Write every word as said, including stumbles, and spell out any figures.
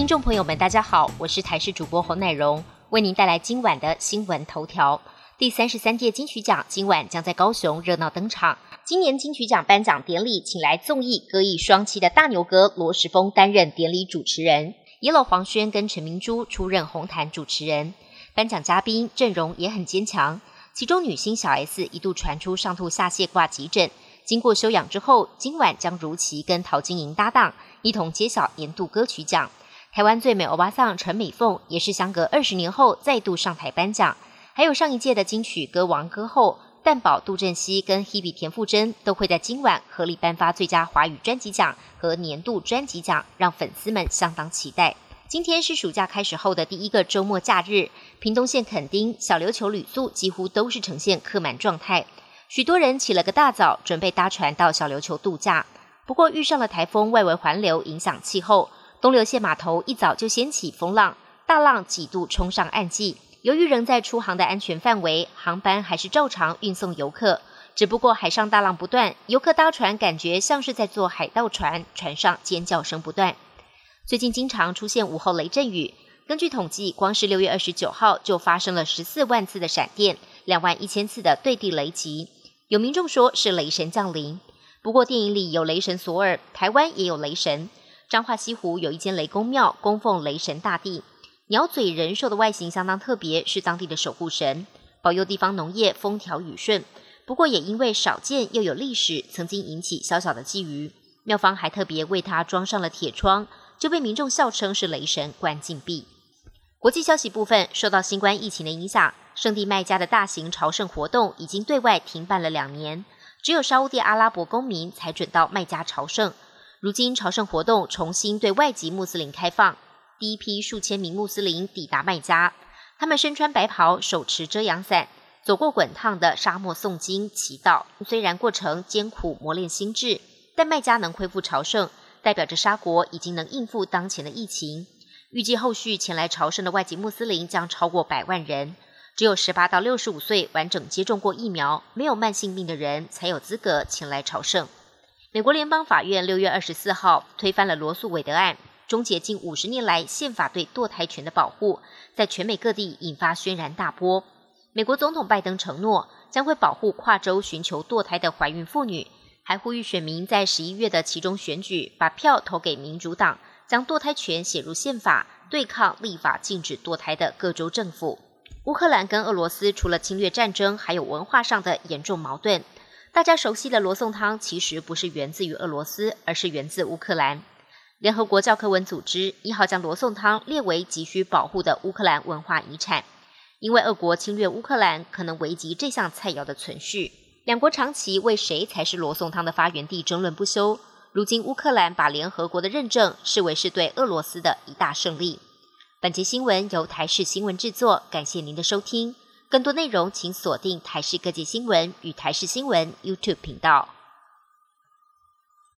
众朋友们，大家好，我是台视主播侯乃荣，为您带来今晚的新闻头条。第三十三届金曲奖今晚将在高雄热闹登场。今年金曲奖颁奖典礼请来综艺歌艺双栖的大牛哥罗时丰担任典礼主持人，野老黄轩跟陈明珠出任红毯主持人。颁奖嘉宾阵容也很坚强，其中女星小 S 一度传出上吐下泻挂急诊，经过休养之后，今晚将如期跟陶晶莹搭档，一同揭晓年度歌曲奖。台湾最美欧巴桑陈美凤也是相隔二十年后再度上台颁奖，还有上一届的金曲歌王歌后蛋宝杜振熙跟 Hebe 田馥甄都会在今晚合力颁发最佳华语专辑奖和年度专辑奖，让粉丝们相当期待。今天是暑假开始后的第一个周末假日，屏东县垦丁小琉球旅宿几乎都是呈现客满状态，许多人起了个大早准备搭船到小琉球度假，不过遇上了台风外围环流影响气候，东流线码头一早就掀起风浪，大浪几度冲上岸际。由于仍在出航的安全范围，航班还是照常运送游客，只不过海上大浪不断，游客搭船感觉像是在坐海盗船，船上尖叫声不断。最近经常出现午后雷阵雨，根据统计，光是六月二十九号就发生了十四万次的闪电，两万一千次的对地雷击。有民众说是雷神降临，不过电影里有雷神索尔，台湾也有雷神。彰化西湖有一间雷公庙，供奉雷神大帝。鸟嘴人兽的外形相当特别，是当地的守护神，保佑地方农业风调雨顺。不过也因为少见又有历史，曾经引起小小的觊觎。庙方还特别为它装上了铁窗，就被民众笑称是雷神关禁闭。国际消息部分，受到新冠疫情的影响，圣地麦加的大型朝圣活动已经对外停办了两年，只有沙烏地阿拉伯公民才准到麦加朝圣。如今朝圣活动重新对外籍穆斯林开放，第一批数千名穆斯林抵达麦加，他们身穿白袍，手持遮阳伞，走过滚烫的沙漠诵经祈祷。虽然过程艰苦磨练心智，但麦加能恢复朝圣，代表着沙国已经能应付当前的疫情。预计后续前来朝圣的外籍穆斯林将超过百万人，只有十八到六十五岁完整接种过疫苗、没有慢性病的人才有资格前来朝圣。美国联邦法院六月二十四号推翻了罗诉韦德案，终结近五十年来宪法对堕胎权的保护，在全美各地引发轩然大波。美国总统拜登承诺将会保护跨州寻求堕胎的怀孕妇女，还呼吁选民在十一月的期中选举把票投给民主党，将堕胎权写入宪法，对抗立法禁止堕胎的各州政府。乌克兰跟俄罗斯除了侵略战争，还有文化上的严重矛盾。大家熟悉的罗宋汤其实不是源自于俄罗斯，而是源自乌克兰。联合国教科文组织一号将罗宋汤列为急需保护的乌克兰文化遗产，因为俄国侵略乌克兰可能危及这项菜肴的存续。两国长期为谁才是罗宋汤的发源地争论不休，如今乌克兰把联合国的认证视为是对俄罗斯的一大胜利。本节新闻由台视新闻制作，感谢您的收听。更多内容请锁定台视各界新闻与台视新闻 YouTube 频道。